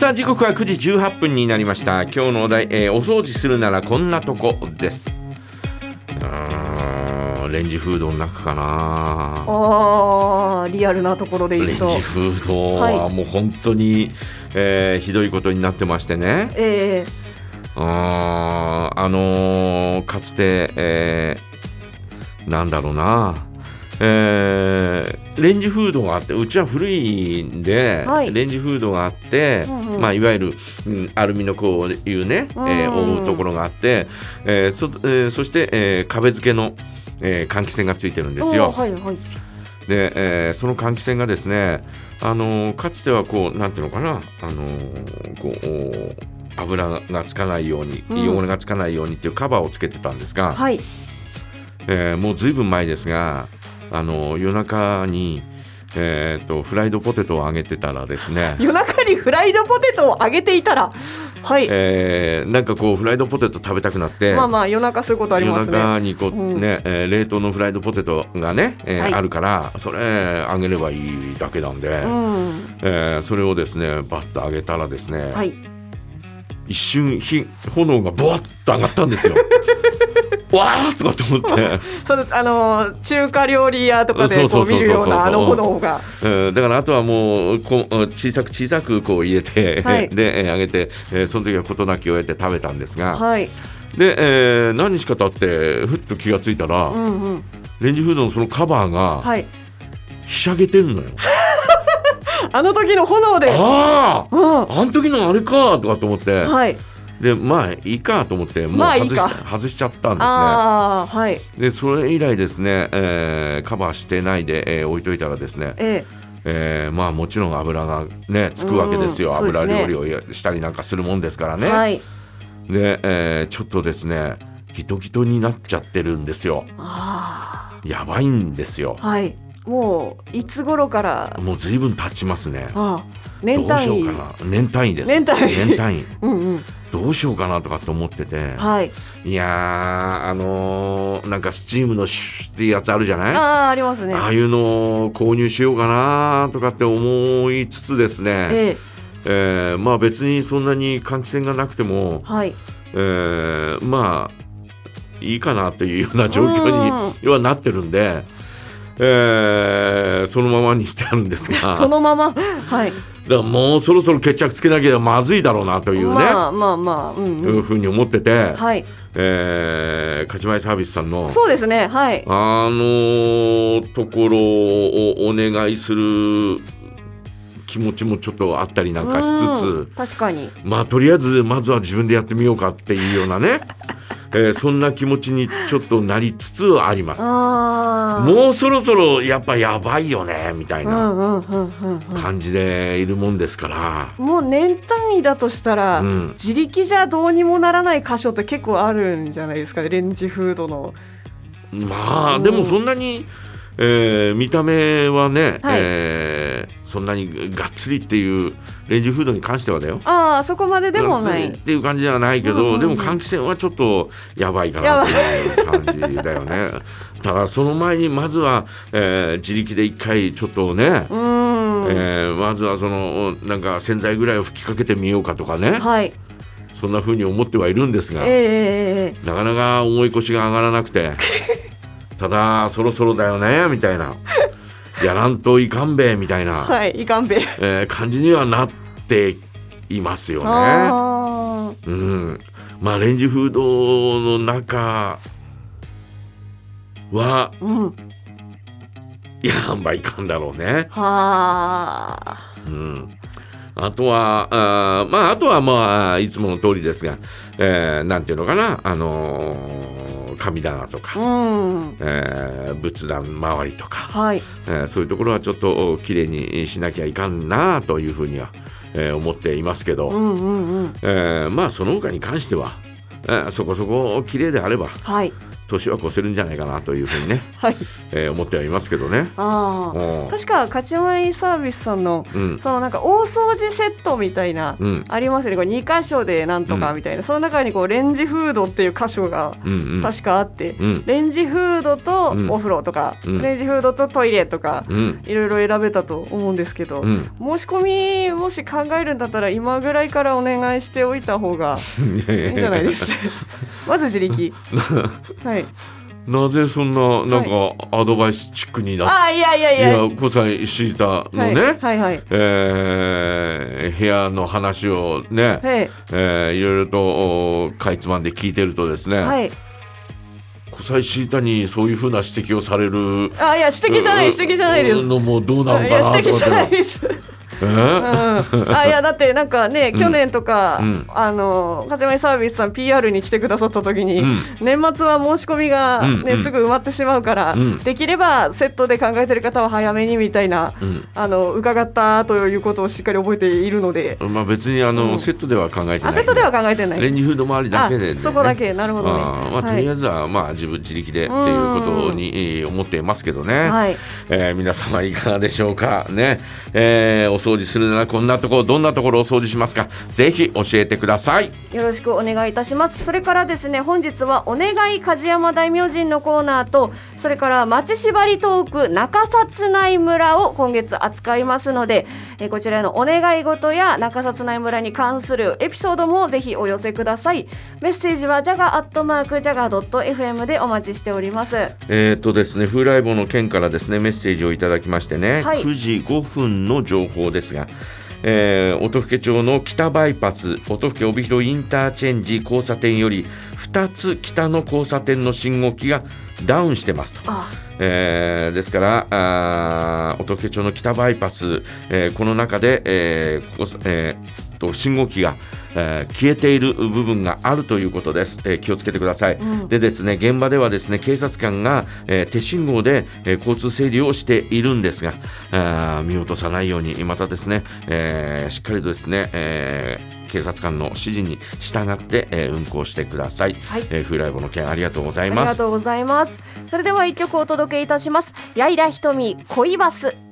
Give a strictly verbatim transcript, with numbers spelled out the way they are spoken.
さあ時刻はくじじゅうはっぷんになりました。今日のお題、えー、お掃除するならこんなとこです。あレンジフードの中かな。 あリアルなところで言うとレンジフードはもう本当に、はいえー、ひどいことになってましてね、 えー、あ, あのー、かつて、えー、なんだろうなえー、レンジフードがあって、うちは古いんで、はい、レンジフードがあって、うんうんまあ、いわゆる、うん、アルミのこういうね、うんえー、覆うところがあって、えー そ, えー、そして、えー、壁付けの、えー、換気扇がついてるんですよ、はいはいでえー、その換気扇がですね、あのー、かつてはこうなんていうのかな、あのー、こう油がつかないように、うん、汚れがつかないようにっていうカバーをつけてたんですが、はいえー、もうずいぶん前ですがあの夜中に、えー、とフライドポテトを揚げてたらですね夜中にフライドポテトを揚げていたらはいえー、なんかこうフライドポテト食べたくなってまあまあ夜中そういうことありますね。 夜中にこう、うんねえー、冷凍のフライドポテトがね、えーはい、あるからそれ揚げればいいだけなんで、うんえー、それをですねバッと揚げたらですね、はい、一瞬火炎がブワッと上がったんですよわーとかと思ってその、あの中華料理屋とかでこう見るようなあの炎が、 うん、だからあとはもうこう小さく小さくこう入れて、はい、で揚げて、えー、その時は事なきを得て食べたんですが、はい、で、えー、何日か経ってふっと気がついたら、うんうん、レンジフードのそのカバーが、はい、ひしゃげてんのよあの時の炎でああ、うん、あの時のあれかとかと思って、はいでまあいいかと思ってもう外し、まあ、いい外しちゃったんですね。あ、はい、でそれ以来ですね、えー、カバーしてないで、えー、置いといたらですね、えええー、まあもちろん油がねつくわけですよ、うん、油料理をしたりなんかするもんですからね、はい、で、えー、ちょっとですねギトギトになっちゃってるんですよ。あやばいんですよ。 はいもういつ頃からもう随分経ちますね。 ああ年単位どうしようかな年単位です年単位、 年単位うん、うんどうしようかなとかと思ってて、はい、いやーあのー、なんかスチームのシュッっていうやつあるじゃない。 あ, ありますね。 ああいうのを購入しようかなとかって思いつつですね、えええー、まあ別にそんなに換気扇がなくても、はいえー、まあいいかなというような状況にはなってるんで、えー、そのままにしてあるんですがそのままはいだからもうそろそろ決着つけなきゃまずいだろうなというね、 まあまあまあ、うんうん、 ふうに思ってて、はいえー、勝ち前サービスさんのそうですね、はい、 あのところをお願いする気持ちもちょっとあったりなんかしつつ、 確かにまあとりあえずまずは自分でやってみようかっていうようなねえー、そんな気持ちにちょっとなりつつあります。あもうそろそろやっぱやばいよねみたいな感じでいるもんですから、 もう年単位だとしたら、うん、自力じゃどうにもならない箇所って結構あるんじゃないですかね、レンジフードの。 まあ、うん、でもそんなにえー、見た目はね、はいえー、そんなにがっつりっていうレンジフードに関してはだよ。 ああそこまででもないっていう感じではないけど、うんうん、でも換気扇はちょっとやばいかなっていう感じだよねただその前にまずは、えー、自力で一回ちょっとね、うんえー、まずはそのなんか洗剤ぐらいを吹きかけてみようかとかね、はいそんな風に思ってはいるんですが、えー、なかなか重い腰が上がらなくてただそろそろだよねみたいなやらんといかんべみたいな、 はい、いかんべ、 えー、感じにはなっていますよね。あ、うん、まあレンジフードの中は、うん、やらんばいかんだろうね。はあ、うん、あとはあまああとはまあいつもの通りですが、えー、なんていうのかなあのー神棚とか、うんえー、仏壇周りとか、はいえー、そういうところはちょっときれいにしなきゃいかんなというふうには、えー、思っていますけど、うんうんうんえー、まあその他に関しては、えー、そこそこきれいであれば、はい、 年は越せるんじゃないかなというふうにね、 はいえー、思ってはいますけどね。 あ確か勝ち米サービスさんの、うん、そのなんか大掃除セットみたいな、うん、ありますよね。これに箇所でなんとかみたいな、うん、その中にこうレンジフードっていう箇所が確かあって、うんうん、レンジフードとお風呂とか、うん、レンジフードとトイレとか、うん、いろいろ選べたと思うんですけど、うん、申し込みもし考えるんだったら今ぐらいからお願いしておいた方がいいんじゃないですか。まず自力はいなぜそんななんかアドバイスチックになって、 はい、あいやいやいやいや交際したのね、はいはいはいえー、部屋の話をね、はいえー、いろいろとかいつまんで聞いてるとですね、はい交際したにそういうふうな指摘をされるあいや指摘じゃない指摘じゃないですのもどうなのかなと思って。いや指摘じゃないですえーうん、あいやだってなんかね、うん、去年とか、うん、あの勝ち米サービスさん ピーアール に来てくださった時に、うん、年末は申し込みが、ねうん、すぐ埋まってしまうから、うん、できればセットで考えてる方は早めにみたいな、うん、あの伺ったということをしっかり覚えているので、 まあ、別にあの、うん、セットでは考えてない、 あセットでは考えてないレンジフード周りだけで、ね、 そこだけなるほどね。 あ、まあ、とりあえずは、まあ、自分自力でっていうことに思っていますけどね、はいえー、皆様いかがでしょうかね、えー、お掃除するならこんなところどんなところを掃除しますか、ぜひ教えてください。 よろしくお願いいたします。それからですね本日はお願い梶山大明神のコーナーと、それから町縛りトーク中札内村を今月扱いますので、えこちらのお願い事や中札内村に関するエピソードもぜひお寄せください。メッセージは ジャガ アットマーク ジャガ ドット エフエム でお待ちしております。 えーとですね風来坊の県からですねメッセージをいただきましてね、はい、くじごふんの情報ですが、えー、音更町の北バイパス音更帯広インターチェンジ交差点よりふたつ北の交差点の信号機がダウンしてますと。ああえー、ですからあ音更町の北バイパス、えー、この中で、えーここえー、と信号機がえー、消えている部分があるということです、えー、気をつけてください、うん、でですね現場ではですね警察官が、えー、手信号で、えー、交通整理をしているんですがあ見落とさないようにまたですね、えー、しっかりとですね、えー、警察官の指示に従って、えー、運行してください、はいえー、風来坊の件ありがとうございます。 ありがとうございます。それではいっきょくお届けいたします。矢井田ひとみ恋バス。